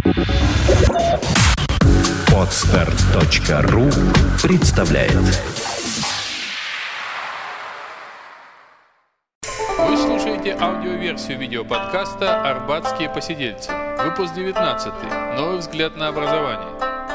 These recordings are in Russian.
Podster.ru представляет. Вы слушаете аудиоверсию видеоподкаста «Арбатские посидельцы». Выпуск 19. Новый взгляд на образование.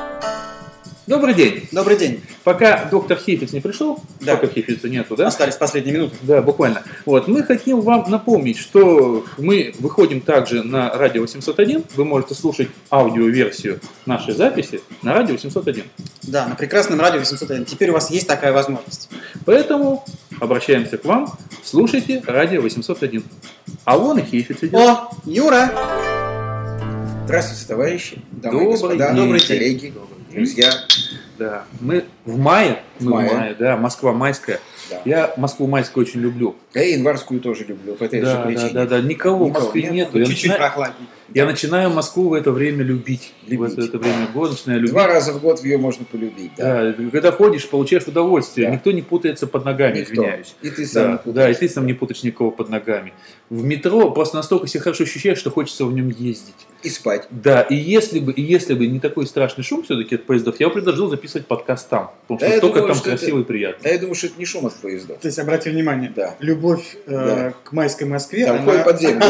Добрый день. Добрый день. Пока доктор Хейфиц не пришел, Да. пока Хейфица нету, да? Остались последние минуты. Да, буквально. Вот, мы хотим вам напомнить, что мы выходим также на радио 801. Вы можете слушать аудиоверсию нашей записи на радио 801. Да, на прекрасном радио 801. Теперь у вас есть такая возможность. Поэтому обращаемся к вам. Слушайте радио 801. А вон и Хейфиц идет. О, Юра! Здравствуйте, товарищи, дамы и Добрый господа, день. Добрый день. коллеги, друзья. Да, мы в мае. В мае. Да, Москва майская. Да. Я Москву майскую очень люблю. Я и январскую тоже люблю, по этой же Да, причине. да, да, никого в Никого Москве нет. нету. Чуть-чуть прохладнее. Я начинаю Москву в это время любить. Любить. В это время года начинаю любить. 2 раза в год ее можно полюбить. Да. Да, когда ходишь, получаешь удовольствие. Да. Никто не путается под ногами, Никто. извиняюсь. И ты сам Да, не путаешься. да, и ты сам не путаешь никого под ногами. В метро просто настолько себя хорошо ощущаешь, что хочется в нем ездить. И спать. Да, и если бы не такой страшный шум все-таки от поездов, я бы предложил записывать подкаст там. Потому что Да, я настолько думаю, там что красиво и А приятно. я думаю, что это не шум от поездов. То есть, обрати внимание, Да. любовь Да. к майской Москве, Да, уходит под землю.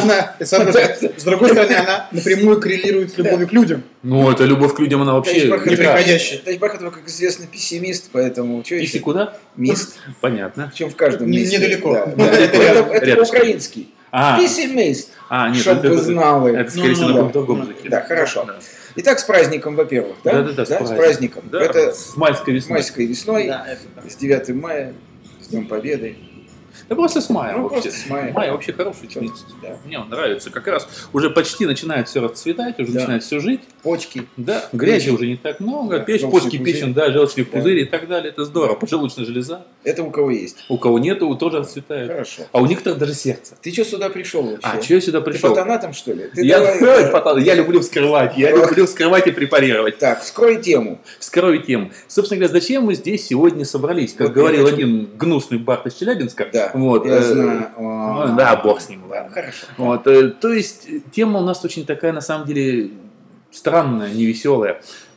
с другой стороны, она напрямую коррелирует с любовью к людям. Ну, это любовь к людям, она вообще... Товарищ неприходящий. Бахатова, как известно, пессимист, поэтому... Что Иси еще? куда? Мист. Понятно. Причем в каждом месте. Недалеко. Да, Ну, да. это Это рядышком. украинский. А, Пессимист. нет, Чтоб вы знали. Это, скорее всего, на да. каком-то другом языке. Да, хорошо. Да. Итак, с праздником, во-первых. Да? Да, С с праздником. Да, Это с майской с весной. майской весной, Да, это да. с 9 мая, с Днем Победы. Да просто с мая Ну, вообще. просто с мая. Май вообще хороший месяц. Да. Мне он нравится. Как раз уже почти начинает все расцветать, уже Да. начинает все жить. Почки. Да, грязи Печень. уже не так много. Да, Печь, желчный почки, пузырь. печень, да, желчный Да. пузырь и так далее. Это здорово. Поджелудочная железа. Это у кого есть. У кого нету, тоже расцветает. Хорошо. А у некоторых даже сердце. Ты что сюда пришел вообще? А, что я сюда Ты пришел? патанатом, что ли? Ты Я, давай, я люблю вскрывать. Я люблю вскрывать и препарировать. Так, вскрой тему. Вскрою тему. Собственно говоря, зачем мы здесь сегодня собрались? Как Вот говорил я хочу- один гнусный бард из Челябинска. Да, Вот, я знаю. ну, да, бог с ним. Да, Ладно. хорошо. Вот, то есть тема у нас очень такая, на самом деле, странная, невеселая.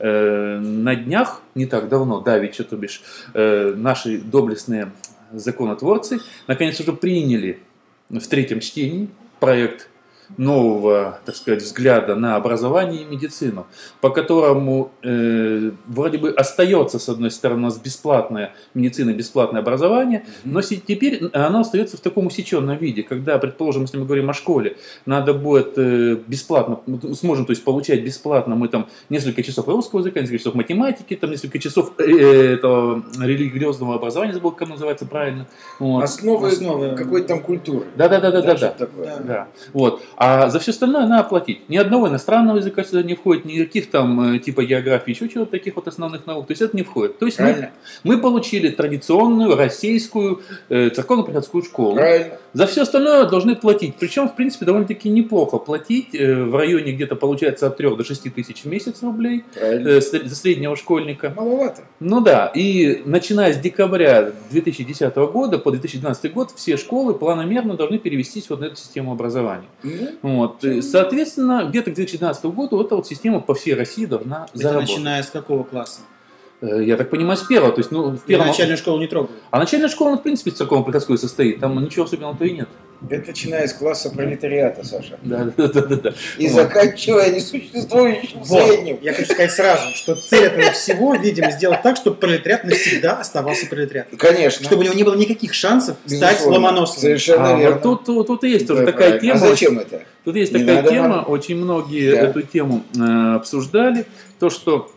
На днях, не так давно, давеча, то бишь, наши доблестные законотворцы наконец уже приняли в 3-м чтении проект нового, так сказать, взгляда на образование и медицину, по которому вроде бы остается, с одной стороны, у нас бесплатная медицина, бесплатное образование, но теперь оно остается в таком усеченном виде, когда, предположим, если мы говорим о школе, надо будет бесплатно, сможем, то есть, получать бесплатно мы там несколько часов русского языка, несколько часов математики, там несколько часов этого религиозного образования, забыл, как оно называется правильно. Вот. Основы какой-то там культуры. Да. Что-то такое. Да. Вот. А за все остальное надо оплатить. Ни одного иностранного языка сюда не входит, никаких там типа географии, еще чего-то таких вот основных наук. То есть это не входит. То есть мы получили традиционную российскую церковно-приходскую школу. Правильно. За все остальное должны платить. Причем, в принципе, довольно-таки неплохо платить. В районе где-то получается от 3 до 6 тысяч в месяц рублей Правильно. за среднего школьника. Маловато. Ну да, и начиная с декабря 2010 года по 2012 год все школы планомерно должны перевестись вот на эту систему образования. Ну, Вот. Соответственно, где-то к 2012 году эта вот система по всей России должна Это заработать. начиная с какого класса? Я так понимаю, с первого. То есть, ну, в Я первом... начальную школу не трогаю. А начальная школа, она, в принципе, церковно-приходской состоит. Там ничего особенного-то и нет. это начиная с класса пролетариата, Саша. Да. И Вот. заканчивая несуществующим Вот. средним. Я хочу сказать сразу, что цель этого всего, видимо, сделать так, чтобы пролетариат навсегда оставался пролетариатом. Конечно. Чтобы у него не было никаких шансов стать Безусловно. ломоносовым. Совершенно верно. Вот тут и есть тоже Да, такая правильно. тема. А зачем это? Тут есть Не такая надо тема, нам. очень многие Да. эту тему обсуждали. То, что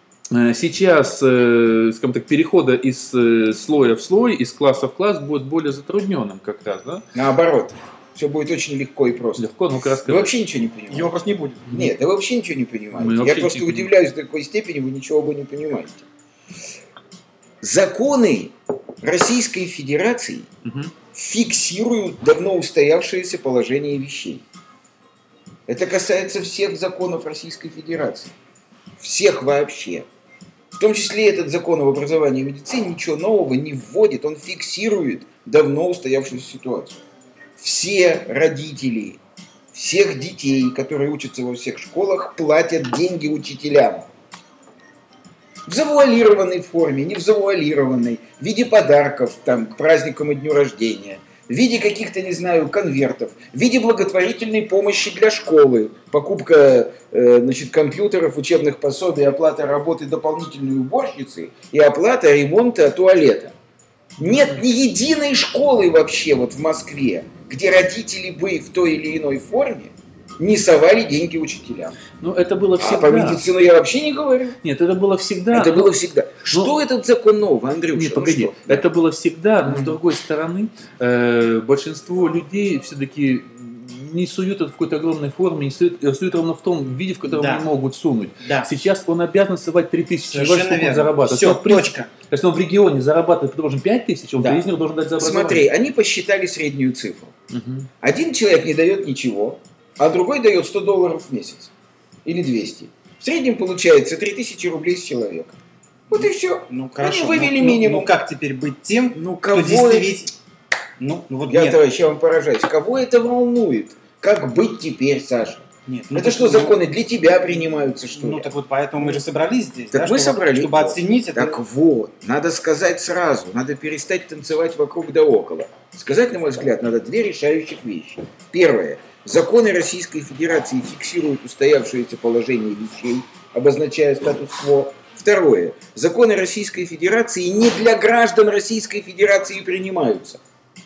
сейчас, скажем так, перехода из слоя в слой, из класса в класс будет более затрудненным как раз, да? Наоборот. Все будет очень легко и просто. Легко, ну-ка Вы расскажи. вообще ничего не понимаете. Его просто не будет. Нет, да вы вообще ничего не Мы понимаете. вообще Я просто ничего не удивляюсь до такой степени, вы ничего бы не понимаете. Законы Российской Федерации Мгм. фиксируют давно устоявшееся положение вещей. Это касается всех законов Российской Федерации. Всех вообще. В том числе этот закон об образовании и медицине ничего нового не вводит, он фиксирует давно устоявшуюся ситуацию. Все родители, всех детей, которые учатся во всех школах, платят деньги учителям. В завуалированной форме, не в завуалированной, в виде подарков там, к праздникам и дню рождения, в виде каких-то, не знаю, конвертов, в виде благотворительной помощи для школы, покупка компьютеров, учебных пособий, оплата работы дополнительной уборщицы и оплата ремонта туалета. Нет ни единой школы вообще вот в Москве, где родители бы в той или иной форме не совали деньги учителям. Ну, это было всегда. А по медицине я вообще не говорю. Нет, это было всегда. Это было всегда. Что этот закон новый, Андрюша? Нет, погоди. Это было всегда, но с другой стороны, большинство людей все-таки не суют это в какой-то огромной форме, не суют ровно в том виде, в котором они могут сунуть. Да. Сейчас он обязан совать 3000, сколько он зарабатывает. Все, точка. Если он в регионе зарабатывает, предположим, 5000, он из них должен дать за образование. Смотри, они посчитали среднюю цифру. Один человек не дает ничего, а другой дает $100 в месяц. Или 200. В среднем получается 3000 рублей с человека. Вот и все. Ну, хорошо. Они вывели минимум. Ну, как теперь быть тем, кого кто действительно... Товарищ, я вам поражаюсь. Кого это волнует? Как быть теперь, Саша? Нет, это что, законы для тебя принимаются, что ли? Ну, так вот, поэтому мы же собрались здесь, так мы собрались. Чтобы оценить это. Так вот, надо сказать сразу, надо перестать танцевать вокруг да около. Сказать, на мой взгляд, надо две решающих вещи. Первое. Законы Российской Федерации фиксируют устоявшееся положение вещей, обозначая статус-кво. Второе. Законы Российской Федерации не для граждан Российской Федерации принимаются.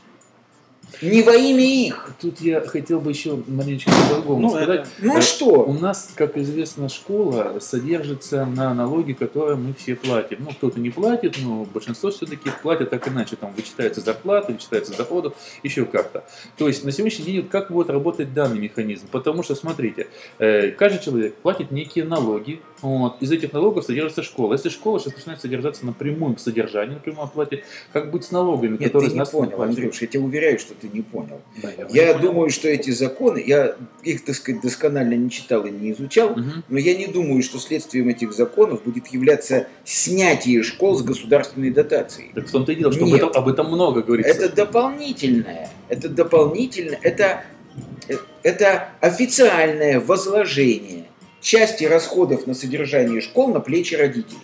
Не во имя их. Тут я хотел бы еще маленечко по-другому сказать. Что? У нас, как известно, школа содержится на налоги, которые мы все платим. Ну, кто-то не платит, но большинство все-таки платят так иначе. Там вычитаются зарплаты, вычитаются доходы, еще как-то. То есть на сегодняшний день как будет работать данный механизм? Потому что, смотрите, каждый человек платит некие налоги. Вот, из этих налогов содержится школа. Если школа сейчас начинает содержаться напрямую в содержании, напрямую оплате, как быть с налогами, Нет, которые ты из нас не понял, платят? Андрюш, я тебя уверяю, что ты не понял. Да, я думаю, что эти законы, я их, так сказать, досконально не читал и не изучал, но я не думаю, что следствием этих законов будет являться снятие школ с государственной дотацией. Так в том-то и дело, что об этом много говорится. Это дополнительное, это официальное возложение части расходов на содержание школ на плечи родителей.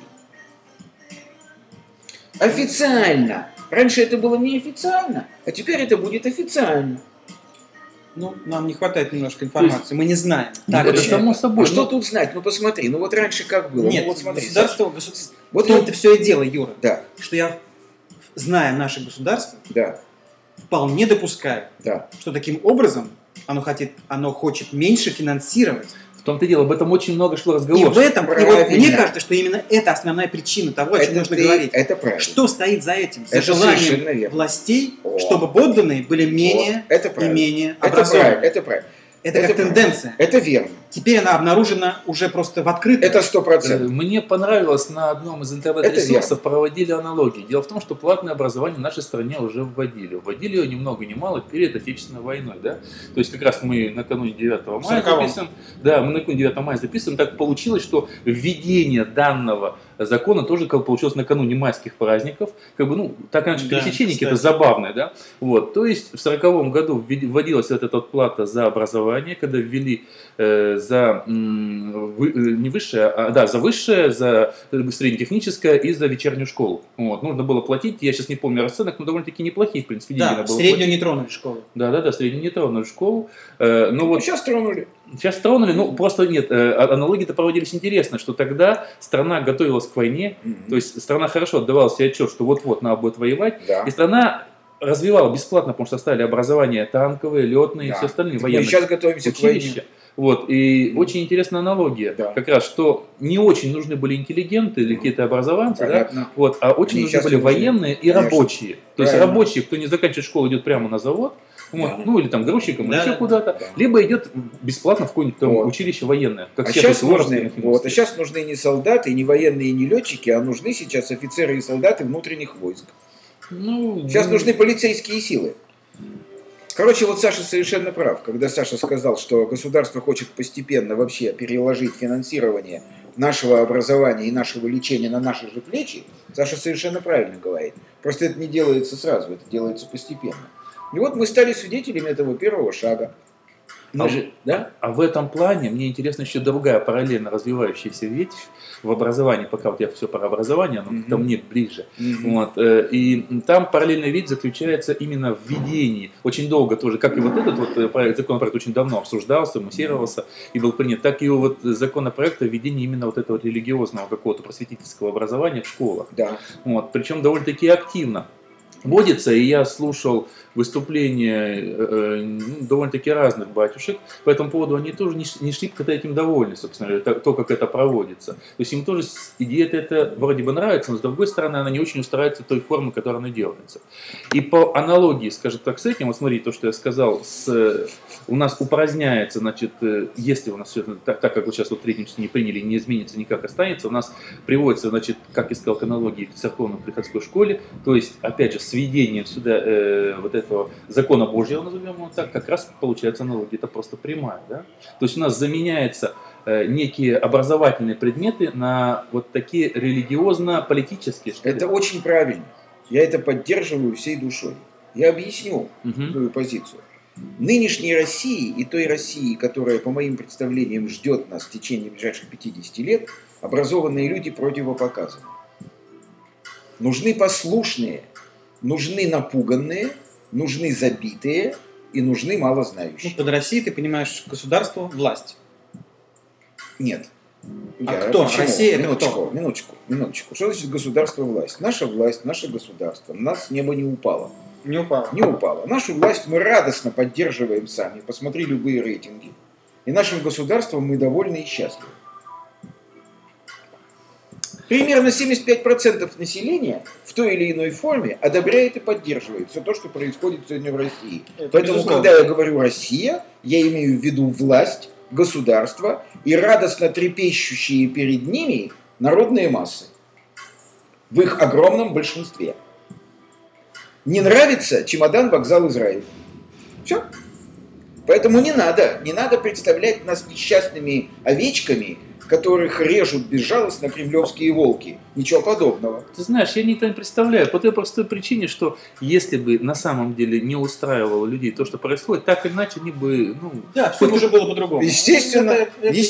Официально. Раньше это было неофициально, а теперь это будет официально. Ну, нам не хватает немножко информации, мы не знаем. Так, это само собой. Что тут знать? Ну посмотри, ну вот раньше как было? Нет, ну, вот смотри, государство, вот в том-то все и дело, Юра. Да. Что я, зная наше государство, да. вполне допускаю, да. что таким образом оно хочет меньше финансировать. В том-то и дело, об этом очень много шло разговоров. И в этом, и вот мне кажется, что именно это основная причина того, о чем нужно говорить. Это правильно. Что стоит за этим? За желанием властей, чтобы подданные были менее и менее образованными. Это правильно. Это как тенденция. Это верно. Теперь она обнаружена уже просто в открытом. Это 100%. Мне понравилось, на одном из интернет-ресурсов проводили аналогии. Дело в том, что платное образование в нашей стране уже вводили. Вводили ее ни много ни мало перед Отечественной войной. Да? То есть как раз мы накануне 9 мая записываем. Да, мы накануне 9 мая записываем. Так получилось, что введение данного закона тоже получилось накануне майских праздников. Так иначе пересеченники, это забавное. Да? Вот. То есть в 1940 году вводилась эта плата за образование, когда ввели за не высшее, за высшее, за среднетехническое и за вечернюю школу. Вот. Нужно было платить, я сейчас не помню расценок, но довольно-таки неплохие, в принципе, деньги. Да, среднюю не тронули школу. Да, среднюю не тронули школу. Вот сейчас тронули. Сейчас тронули, просто нет, аналогии-то проводились интересно, что тогда страна готовилась к войне, то есть страна хорошо отдавала себе отчет, что вот-вот надо будет воевать, и страна развивала бесплатно, потому что ставили образование танковые, летные и все остальные военные. Мы сейчас готовимся к войне. Вот, и очень интересная аналогия, как раз, что не очень нужны были интеллигенты или какие-то образованцы, а очень нужны были военные и рабочие. То есть рабочие, кто не заканчивает школу, идет прямо на завод, или там грузчиком, или еще куда-то, либо идет бесплатно в какое-нибудь училище военное. Как сейчас нужны не солдаты, не военные, не летчики, а нужны сейчас офицеры и солдаты внутренних войск. Сейчас нужны полицейские силы. Короче, вот Саша совершенно прав, когда Саша сказал, что государство хочет постепенно вообще переложить финансирование нашего образования и нашего лечения на наши же плечи. Саша совершенно правильно говорит. Просто это не делается сразу, это делается постепенно. И вот мы стали свидетелями этого первого шага. А в этом плане мне интересна еще другая параллельно развивающаяся ветвь в образовании, пока вот я все про образование, но ко мне ближе. Вот, и там параллельная ветвь заключается именно в введении. Очень долго тоже, как и вот этот вот законопроект очень давно обсуждался, муссировался и был принят, так и вот законопроект о введении именно вот этого религиозного какого-то просветительского образования в школах. Да. Вот, причем довольно-таки активно вводится, и я слушал выступления довольно-таки разных батюшек. По этому поводу они тоже не шибко этим довольны, собственно, то, как это проводится. То есть им тоже идея это вроде бы нравится, но с другой стороны она не очень устраивается той формы, которой она делается. И по аналогии, скажем так, с этим, вот смотрите, то, что я сказал, у нас упраздняется, значит, если у нас все это, так как вот сейчас вот в третьем чтении приняли, не изменится никак, останется, у нас приводится, значит, как я сказал, к аналогии к церковно-приходской школе, то есть, опять же, с введением сюда вот этого закона Божьего, назовем его так, как раз получается аналогия, это просто прямая, да? То есть у нас заменяются некие образовательные предметы на вот такие религиозно-политические. Это очень правильно. Я это поддерживаю всей душой. Я объясню свою позицию. Нынешней России и той России, которая, по моим представлениям, ждет нас в течение ближайших 50 лет, образованные люди противопоказаны. Нужны послушные, нужны напуганные, нужны забитые и нужны малознающие. Под Россией ты понимаешь государство, власть? Нет. Кто? Почему? Россия это кто? Минуточку. Что значит государство, власть, наше государство. На нас с неба не упало. Не упало. Не упало. Нашу власть мы радостно поддерживаем сами. Посмотри любые рейтинги. И нашим государством мы довольны и счастливы. Примерно 75% населения в той или иной форме одобряет и поддерживает все то, что происходит сегодня в России. Поэтому, когда я говорю «Россия», я имею в виду власть, государство и радостно трепещущие перед ними народные массы. В их огромном большинстве. Не нравится чемодан, вокзал, Израиль. Все. Поэтому не надо представлять нас несчастными овечками, которых режут безжалостно кремлевские волки. Ничего подобного. Ты знаешь, я никогда не представляю. По той простой причине, что если бы на самом деле не устраивало людей то, что происходит, так или иначе они бы... Да, все уже было по-другому. Естественно.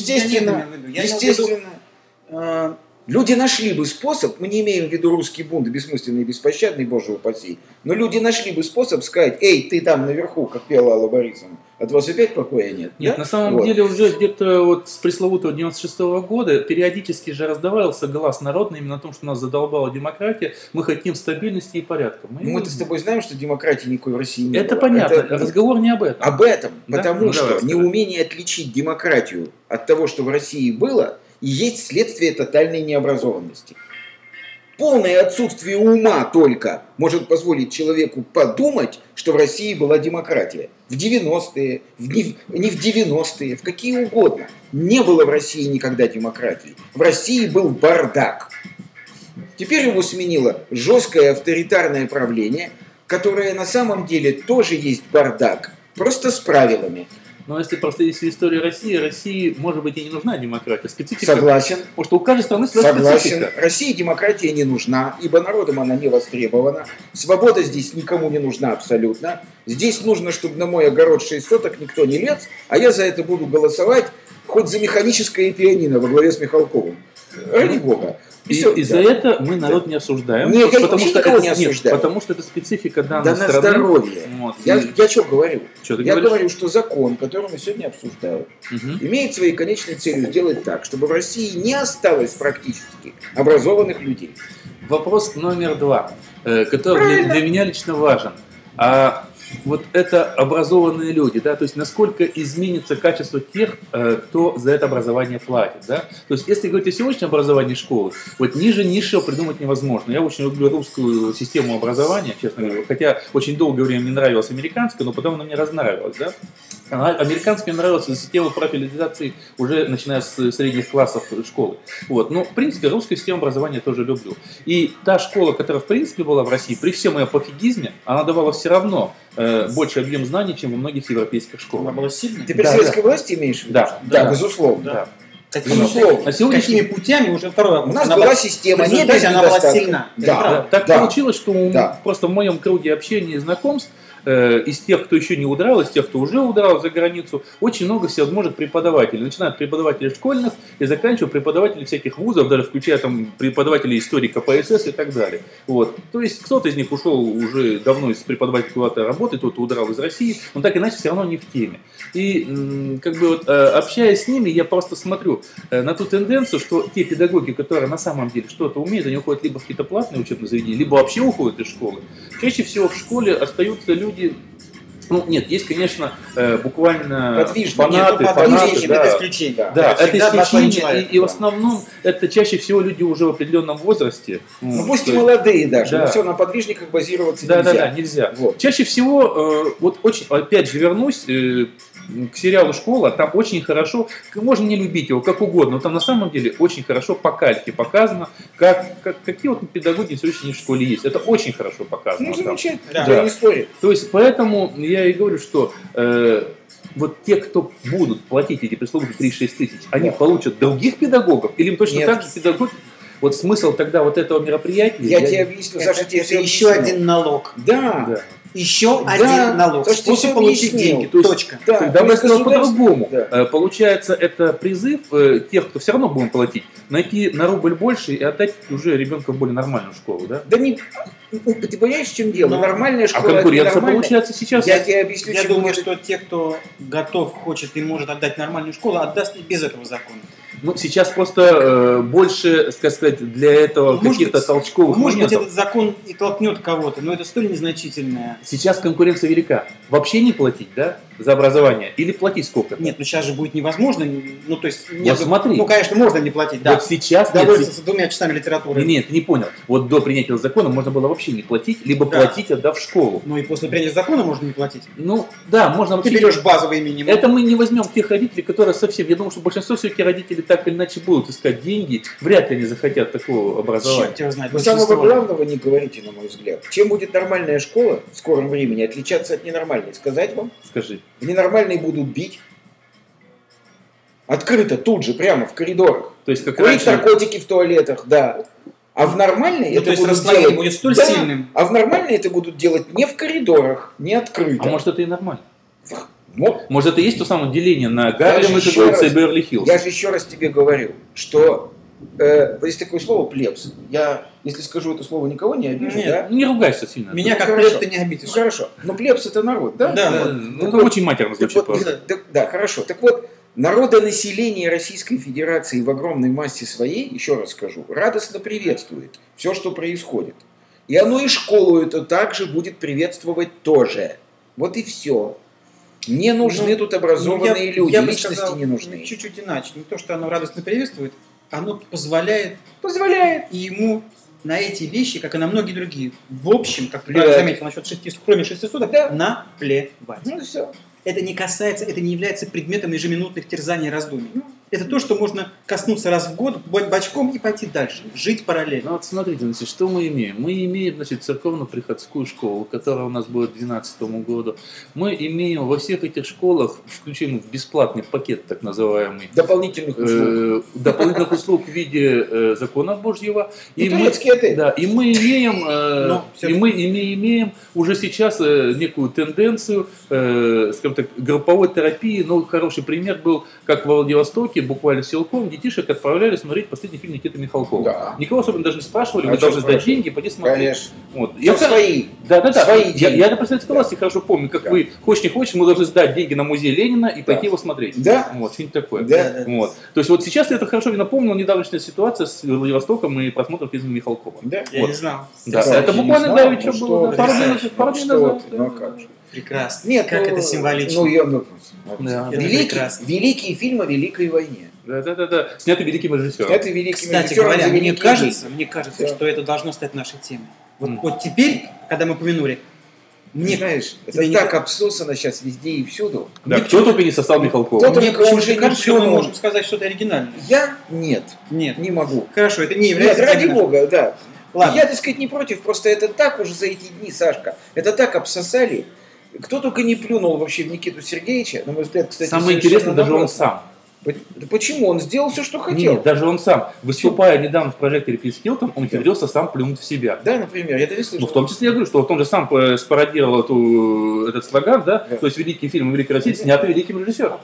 Люди нашли бы способ, мы не имеем в виду русский бунт, бессмысленный и беспощадный, Боже упаси, но люди нашли бы способ сказать: эй, ты там наверху, как пела Алла Борисовна, от вас опять покоя нет? Нет, да? На самом деле уже где-то вот с пресловутого 96-го года периодически же раздавался глаз народный именно о том, что нас задолбала демократия, мы хотим стабильности и порядка. Мы-то с тобой знаем, что демократии никакой в России не было. Это понятно, разговор не об этом. Об этом, потому что неумение отличить демократию от того, что в России было, и есть следствие тотальной необразованности. Полное отсутствие ума только может позволить человеку подумать, что в России была демократия. В 90-е, не в 90-е, в какие угодно. Не было в России никогда демократии. В России был бардак. Теперь его сменило жесткое авторитарное правление, которое на самом деле тоже есть бардак, просто с правилами. Но если проследить всю историю России, может быть, и не нужна демократия. Специфика. Согласен. Потому что у каждой страны своя специфика. России демократия не нужна, ибо народом она не востребована. Свобода здесь никому не нужна абсолютно. Здесь нужно, чтобы на мой огород 6 соток никто не лез, а я за это буду голосовать хоть за механическое пианино во главе с Михалковым. Ради Бога. И за это мы народ не осуждаем. Нет, я никого не осуждаю. Потому что это специфика данной страны. Да на здоровье. Вот. Я что говорю? Я говорю, что закон, который мы сегодня обсуждаем, имеет своей конечной целью сделать так, чтобы в России не осталось практически образованных людей. Вопрос номер 2, который для меня лично важен. Вот это образованные люди, да, то есть насколько изменится качество тех, кто за это образование платит, да. То есть если говорить о сегодняшнем образовании школы, вот ниже низшего придумать невозможно. Я очень люблю русскую систему образования, честно говоря, хотя очень долгое время мне нравилась американская, но потом она мне разнравилась, да. Американская мне нравилась система профилизации уже начиная с средних классов школы. Вот. Но, в принципе, русскую систему образования я тоже люблю. И та школа, которая, в принципе, была в России, при всем ее пофигизме, она давала все равно больше объем знаний, чем во многих европейских школах. Она была сильной? Ты при советской власти имеешь в виду? Да, безусловно. Да. Безусловно. Какими путями уже второе? У нас была система, не без она была сильна. Так получилось, что просто в моем круге общения и знакомств из тех, кто еще не удрал, из тех, кто уже удрал за границу, очень много всевозможных преподавателей. Начиная от преподавателей школьных и заканчивая преподавателей всяких вузов, даже включая там преподавателей истории КПСС и так далее. Вот. То есть кто-то из них ушел уже давно из преподавателя куда-то работы, кто-то удрал из России, но так иначе все равно не в теме. И как бы вот, общаясь с ними, я просто смотрю на ту тенденцию, что те педагоги, которые на самом деле что-то умеют, они уходят либо в какие-то платные учебные заведения, либо вообще уходят из школы. Чаще всего в школе остаются люди. Ну, нет, есть, конечно, буквально фанаты, это исключение. Да, это исключение, и в основном это чаще всего люди уже в определенном возрасте. Ну, пусть и молодые даже, но все, на подвижниках базироваться нельзя. Да, нельзя. Вот. Чаще всего, вот очень, опять же вернусь к сериалу «Школа», там очень хорошо, можно не любить его, как угодно, но там на самом деле очень хорошо по кальке показано, какие вот педагоги сегодня в школе есть. Это очень хорошо показано. Ну, замечательно, да. Не спорит. То есть, поэтому я и говорю, что вот те, кто будут платить эти пресловутые 36 тысяч, они получат других педагогов, или им точно так же педагоги. Вот смысл тогда вот этого мероприятия... Я тебе объясню, Саша, тебе это еще один налог. Да. Еще один налог. Способ получить деньги. То есть, точка. Да, тогда мы сказали по-другому. Да. Получается, это призыв тех, кто все равно будет платить, найти на рубль больше и отдать уже ребенка в более нормальную школу, да? Да не... Ты понимаешь, в чем дело? Нормальная школа. А конкуренция получается сейчас. Я тебе объясню, я думаю, что те, кто готов, хочет и может отдать нормальную школу, отдаст и без этого закона. Ну, сейчас просто больше, так сказать, для этого каких-то толчковых моментов. Может быть, этот закон и толкнет кого-то, но это столь незначительное. Сейчас конкуренция велика. Вообще не платить, да, за образование? Или платить сколько? Нет, ну сейчас же будет невозможно. Ну, то есть, вот смотри. Ну, конечно, можно не платить, да. Вот сейчас... Довольствоваться 2 часами литературы. Нет, ты не понял. Вот до принятия закона можно было вообще не платить, либо платить, отдав школу. Ну, и после принятия закона можно не платить. Ну, да, можно вообще... Ты берешь базовый минимум. Это мы не возьмем тех родителей, которые совсем... Я думаю, что большинство все-таки родителей так или иначе будут искать деньги. Вряд ли они захотят такого образования. Черт его знает. Но самого главного не говорите, на мой взгляд. Чем будет нормальная школа в скором времени отличаться от ненормальной? Сказать вам? Скажи. В ненормальной будут бить. Открыто, тут же, прямо в коридорах. То есть, как курить наркотики в туалетах, да. А в нормальной это будут делать... будет столь сильным. А в нормальной это будут делать не в коридорах, не открыто. А может, это и нормально? Может, это и есть то самое деление на Гарлем и Беверли-Хиллз? Я же еще раз тебе говорю, что есть такое слово «плебс». Я, если скажу это слово, никого не обижу, да? Не ругайся сильно. Меня как плебс ты не обидишь. Ну, хорошо. Но плебс это народ, да? Да. Это очень матерно звучит. Да, хорошо. Так вот, народонаселение Российской Федерации в огромной массе своей, еще раз скажу, радостно приветствует все, что происходит. И оно и школу это также будет приветствовать тоже. Вот и все. Не нужны тут образованные люди, личности сказал, не нужны. Чуть-чуть иначе. Не то, что оно радостно приветствует, оно позволяет Позволяет. И ему на эти вещи, как и на многие другие, в общем, как я заметил насчет 600, кроме 600, да, наплевать. Ну все. Это не касается, это не является предметом ежеминутных терзаний и раздумий. Это то, что можно коснуться раз в год бочком и пойти дальше, жить параллельно. Ну вот смотрите, значит, что мы имеем? Мы имеем, значит, церковно-приходскую школу, которая у нас будет к 2012 году. Мы имеем во всех этих школах, включен в бесплатный пакет, так называемый, дополнительных услуг в виде закона Божьего. И мы имеем уже сейчас некую тенденцию, скажем так, групповой терапии. Ну, хороший пример был, как в Владивостоке, буквально силком детишек отправляли смотреть последний фильм Никиты Михалкова. Да. Никого особенно даже не спрашивали, вы должны сдать деньги, пойди смотреть. Конечно. Вот. Свои. Да. Свои я на представительской власти хорошо помню, как вы, хочешь не хочешь, мы должны сдать деньги на музей Ленина и пойти его смотреть. Да. Вот, что-нибудь такое. Да. Вот. То есть вот сейчас я это хорошо напомнил, недавнешняя ситуация с Владивостоком и просмотром фильма Михалкова. Да. Я не знал. Да. Это буквально давеча было. Пару дней назад. Ну а как же. Прекрасно. Нет, как это символично. Великие фильмы о Великой войне. Да. Сняты великим режиссером. Кстати говоря, мне кажется, что это должно стать нашей темой. Вот теперь, когда мы упомянули, знаешь, это так обсосано сейчас везде и всюду. Да, кто только не сосал Михалкова. Мне почему-то кажется, что мы можем сказать что-то оригинальное. Я? Нет, не могу. Хорошо, это не является... Нет, ради бога, да. Ладно. Я, так сказать, не против, просто это так уже за эти дни, Сашка, это так обсосали. Кто только не плюнул вообще в Никиту Сергеевича, на мой взгляд, кстати... Самое интересное, даже он сам. Почему? Он сделал все, что хотел. Нет, даже он сам, выступая недавно в прожекторе перед Хилтон, он умудрился сам плюнуть в себя. Да, например, я это не слышал. Ну, в том числе я говорю, что вот он же сам спародировал этот слоган, да? То есть великий фильм «Великий Россия» снятый великим режиссером.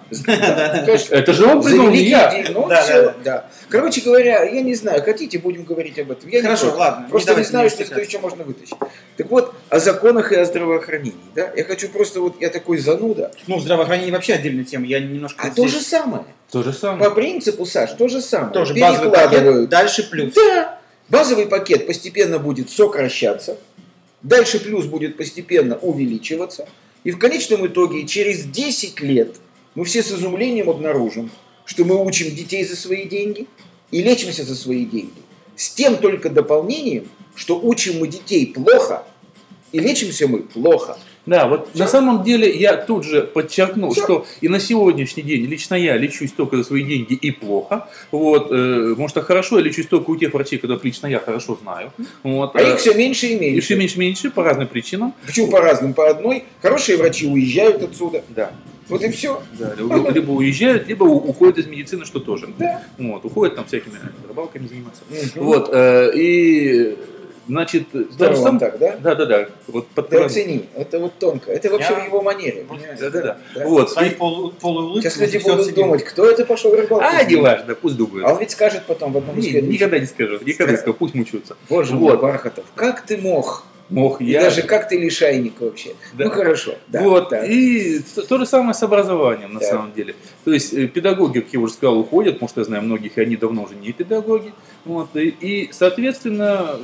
Это же он придумал, не я. Да. Короче говоря, я не знаю, хотите, будем говорить об этом. Хорошо, ладно. Просто не знаю, что еще можно вытащить. Так вот, о законах и о здравоохранении. Да? Я хочу просто, я такой зануда. Ну, здравоохранение вообще отдельная тема. Я немножко... То же самое. То же самое. По принципу, Саш, то же самое. Тоже базовый пакет, дальше плюс. Да. Базовый пакет постепенно будет сокращаться. Дальше плюс будет постепенно увеличиваться. И в конечном итоге, через 10 лет, мы все с изумлением обнаружим, что мы учим детей за свои деньги и лечимся за свои деньги. С тем только дополнением, что учим мы детей плохо и лечимся мы плохо. Да, вот на самом деле я тут же подчеркну, что и на сегодняшний день лично я лечусь только за свои деньги и плохо. Вот, может, хорошо, я лечусь только у тех врачей, которых лично я хорошо знаю. Вот, их все меньше и меньше. И все меньше и меньше по разным причинам. Почему по разным? По одной. Хорошие врачи уезжают отсюда. Да. Вот и все. Да, либо уезжают, либо уходят из медицины, что тоже. Да. Вот, уходят там всякими рыбалками заниматься. Вот, и... Значит, даже сам так, да? Да. Вот ты оцени, это вот тонко. Это вообще в его манере. Да. Вот. Сейчас люди будут думать, кто это пошел рыбалку. Не важно, пусть думают. А он ведь скажет потом в одном из следующих. Никогда не скажу, пусть мучаются. Боже мой, Бархатов, как ты мог? И даже как ты лишайник вообще. Да. Ну хорошо. Да, вот. Да. И то же самое с образованием на самом деле. То есть педагоги, как я уже сказал, уходят, потому что я знаю многих, и они давно уже не педагоги. Вот. И соответственно,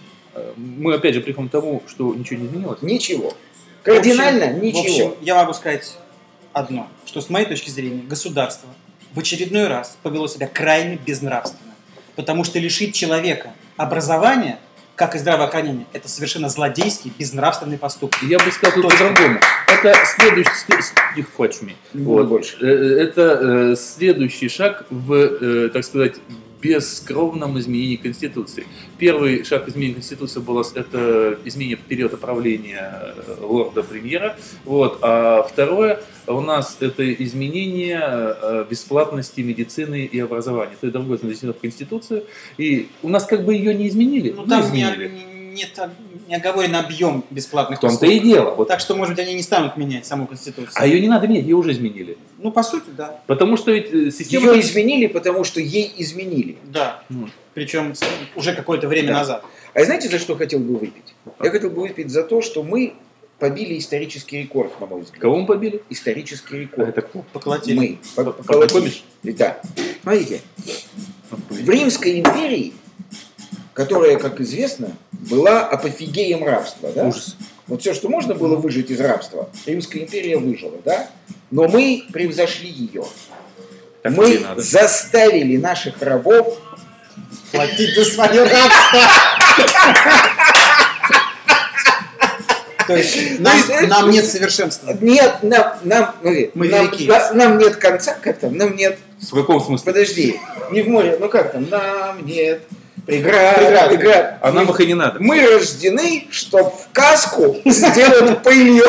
мы опять же приходим к тому, что ничего не изменилось. Ничего. Кардинально ничего. В общем, я могу сказать одно, что с моей точки зрения государство в очередной раз повело себя крайне безнравственно. Потому что лишить человека образования, как и здравоохранения, это совершенно злодейский, безнравственный поступок. Я бы сказал тут по-другому. Это следующий... Хватит шуметь. Вот. Больше. Это следующий шаг в, так сказать, бескровном изменении Конституции. Первый шаг изменения Конституции был это изменение периода правления лорда-премьера. Вот. А второе у нас это изменение бесплатности медицины и образования. Это другое занесено в Конституцию. И у нас как бы ее не изменили. Ну, там не оговорен объем бесплатных услуг. В том-то и дело. Вот. Так что, может быть, они не станут менять саму Конституцию. А ее не надо менять, ее уже изменили. Ну, по сути, да. Потому что ведь система... Ее изменили, потому что ей изменили. Да. Причем уже какое-то время назад. А знаете, за что хотел бы выпить? Я хотел бы выпить за то, что мы побили исторический рекорд, на мой взгляд. Кого мы побили? Исторический рекорд. Это кто? Поколотили. Мы. Поколотили. Да. Смотрите. В Римской империи, которая, как известно, была апофигеем рабства, да? Ужас. Вот все, что можно было выжить из рабства, Римская империя выжила, да? Но мы превзошли ее. Так мы заставили наших рабов платить за свое рабство. То есть нам нет совершенства. Нет, нам нет конца, как там, нам нет... В каком смысле? Подожди, не в море, ну как там, нам нет... Преград. А нам их и не надо. Мы рождены, чтоб в каску сделать пылью.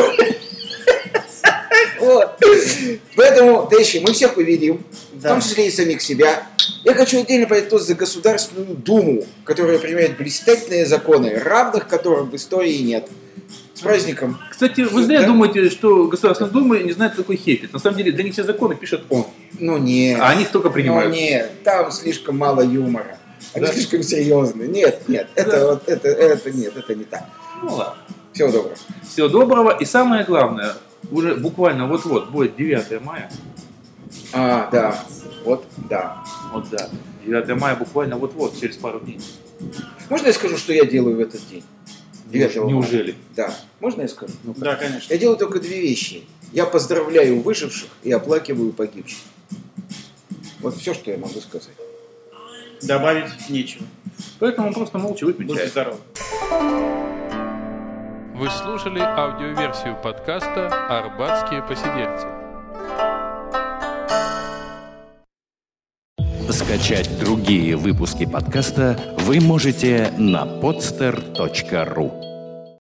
Поэтому, товарищи, мы всех победим, в том числе и самих себя. Я хочу отдельно подать тост за Государственную Думу, которая принимает блистательные законы, равных которым в истории нет. С праздником. Кстати, вы зря думаете, что Государственная Дума не знает, какой Хефиц. На самом деле, для них все законы пишет он. Ну нет. А они их только принимают. Ну нет, там слишком мало юмора. Они слишком серьезные. Нет, это нет, это не так. Ну ладно. Всего доброго. Всего доброго. И самое главное, уже буквально вот-вот будет 9 мая. Да. Вот да. 9 мая буквально вот-вот, через пару дней. Можно я скажу, что я делаю в этот день? 9 мая. Неужели? Да. Можно я скажу? Да, конечно. Я делаю только 2 вещи. Я поздравляю выживших и оплакиваю погибших. Вот все, что я могу сказать. Добавить нечего. Поэтому просто молча выпить чай. Будьте здоровы. Вы слушали аудиоверсию подкаста «Арбатские посидельцы». Скачать другие выпуски подкаста вы можете на podster.ru.